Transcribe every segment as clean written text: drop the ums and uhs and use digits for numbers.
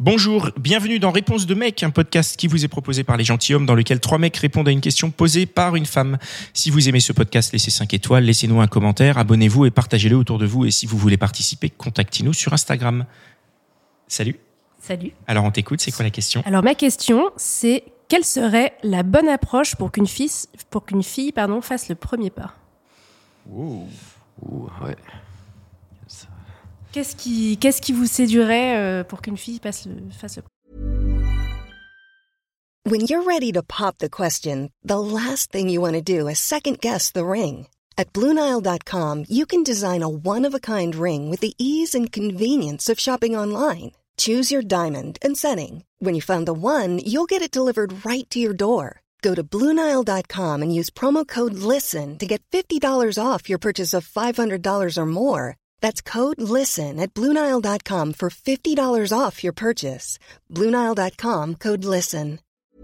Bonjour, bienvenue dans Réponse de mec, un podcast qui vous est proposé par les gentilshommes dans lequel 3 mecs répondent à une question posée par une femme. Si vous aimez ce podcast, laissez 5 étoiles, laissez-nous un commentaire, abonnez-vous et partagez-le autour de vous. Et si vous voulez participer, contactez-nous sur Instagram. Salut. Salut. Alors on t'écoute, c'est quoi la question ? Alors ma question, c'est quelle serait la bonne approche pour qu'une fille fasse le premier pas ? Ouh, ouais. Qu'est-ce qui vous séduirait pour qu'une fille fasse le When you're ready to pop the question, the last thing you want to do is second-guess the ring. At BlueNile.com, you can design a one-of-a-kind ring with the ease and convenience of shopping online. Choose your diamond and setting. When you find the one, you'll get it delivered right to your door. Go to BlueNile.com and use promo code LISTEN to get $50 off your purchase of $500 or more. That's code LISTEN at BlueNile.com for $50 off your purchase. BlueNile.com, code LISTEN.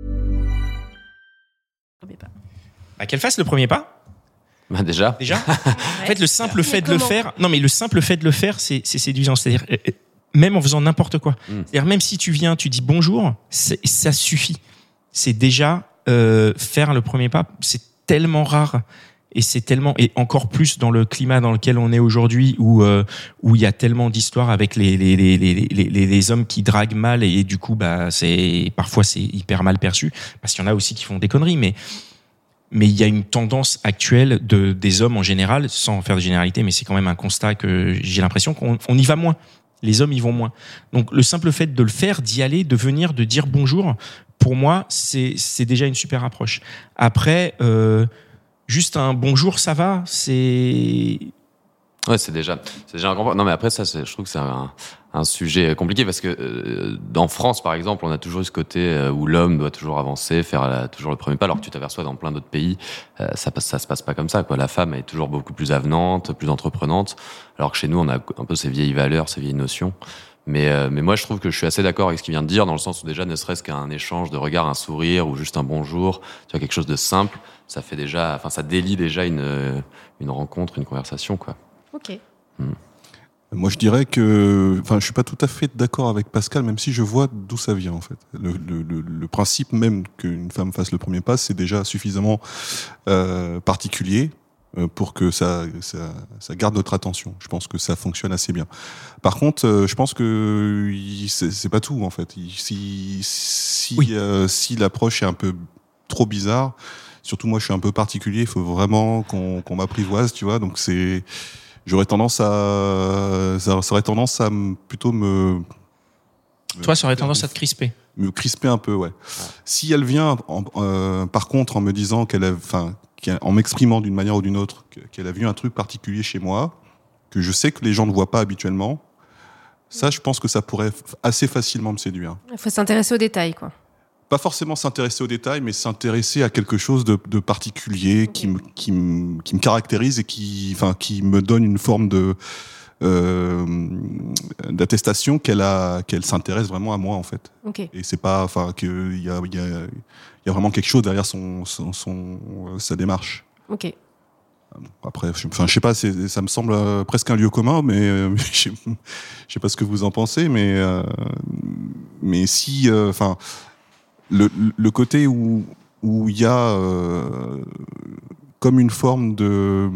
Qu'elle fasse le premier pas ? Déjà. En fait, le simple fait de le faire... Non, mais le simple fait de le faire, c'est séduisant. C'est-à-dire, même en faisant n'importe quoi. C'est-à-dire, même si tu viens, tu dis bonjour, ça suffit. C'est déjà faire le premier pas. C'est tellement rare. Et c'est tellement, et encore plus dans le climat dans lequel on est aujourd'hui, où il y a tellement d'histoires avec les hommes qui draguent mal, et du coup parfois c'est hyper mal perçu, parce qu'il y en a aussi qui font des conneries, mais il y a une tendance actuelle des hommes en général, sans faire de généralité, mais c'est quand même un constat que j'ai l'impression qu'on y va moins. Les hommes y vont moins. Donc le simple fait de le faire, d'y aller, de venir, de dire bonjour, pour moi c'est déjà une super approche. Après juste un bonjour, ça va, Ouais, c'est déjà un grand point. Non, mais après, ça, je trouve que c'est un sujet compliqué parce que en France, par exemple, on a toujours eu ce côté où l'homme doit toujours avancer, faire toujours le premier pas, alors que tu t'aperçois dans plein d'autres pays, ça se passe pas comme ça, quoi. La femme est toujours beaucoup plus avenante, plus entreprenante, alors que chez nous, on a un peu ces vieilles valeurs, ces vieilles notions. Mais moi, je trouve que je suis assez d'accord avec ce qu'il vient de dire, dans le sens où déjà, ne serait-ce qu'un échange de regard, un sourire ou juste un bonjour, tu vois, quelque chose de simple, ça fait déjà, enfin, ça délie déjà une rencontre, une conversation, quoi. Ok. Moi, je dirais que, je suis pas tout à fait d'accord avec Pascal, même si je vois d'où ça vient, en fait. Le principe même qu'une femme fasse le premier pas, c'est déjà suffisamment particulier pour que ça garde notre attention. Je pense que ça fonctionne assez bien. Par contre, je pense que c'est pas tout, en fait. Si l'approche est un peu trop bizarre, surtout moi, je suis un peu particulier. Il faut vraiment qu'on m'apprivoise, tu vois. Donc j'aurais tendance à plutôt me. Toi, ça aurait tendance à te crisper. Me crisper un peu, ouais. Si elle vient, par contre, en me disant en m'exprimant d'une manière ou d'une autre, qu'elle a vu un truc particulier chez moi, que je sais que les gens ne voient pas habituellement, ça, je pense que ça pourrait assez facilement me séduire. Il faut s'intéresser aux détails, quoi. Pas forcément s'intéresser aux détails, mais s'intéresser à quelque chose de particulier, okay, qui me caractérise et qui me donne une forme d'attestation qu'elle s'intéresse vraiment à moi, en fait. Okay. Et c'est pas, qu'il y a vraiment quelque chose derrière sa démarche. Ok. Après, je sais pas, ça me semble presque un lieu commun, mais je sais pas ce que vous en pensez, mais si, le côté où il y a comme une forme de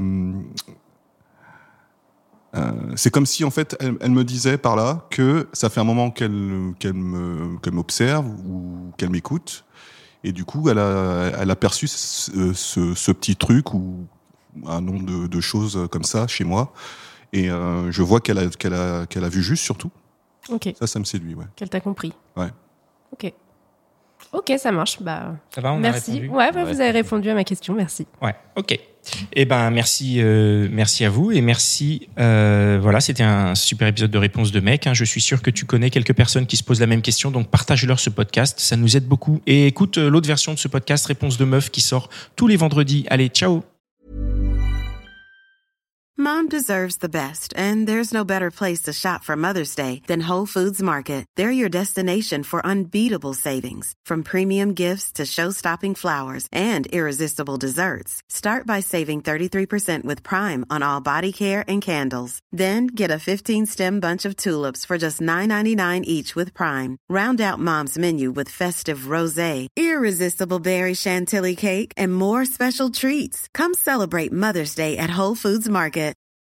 c'est comme si en fait elle me disait par là que ça fait un moment qu'elle m'observe ou qu'elle m'écoute, et du coup elle a perçu ce petit truc ou un nombre de choses comme ça chez moi, et je vois qu'elle a vu juste, surtout. Ok. Ça me séduit, ouais. Qu'elle t'a compris. Ouais. Ok, ça marche. Ça va, on merci. a répondu. Ouais, vous avez répondu à ma question, merci. Ouais, ok. Merci à vous, et merci. Voilà, c'était un super épisode de Réponse de mec. Je suis sûr que tu connais quelques personnes qui se posent la même question, donc partage-leur ce podcast, ça nous aide beaucoup. Et écoute l'autre version de ce podcast, Réponse de meuf, qui sort tous les vendredis. Allez, ciao. Mom deserves the best, and there's no better place to shop for Mother's Day than Whole Foods Market. They're your destination for unbeatable savings, from premium gifts to show-stopping flowers and irresistible desserts. Start by saving 33% with Prime on all body care and candles. Then get a 15-stem bunch of tulips for just $9.99 each with Prime. Round out Mom's menu with festive rosé, irresistible berry chantilly cake, and more special treats. Come celebrate Mother's Day at Whole Foods Market.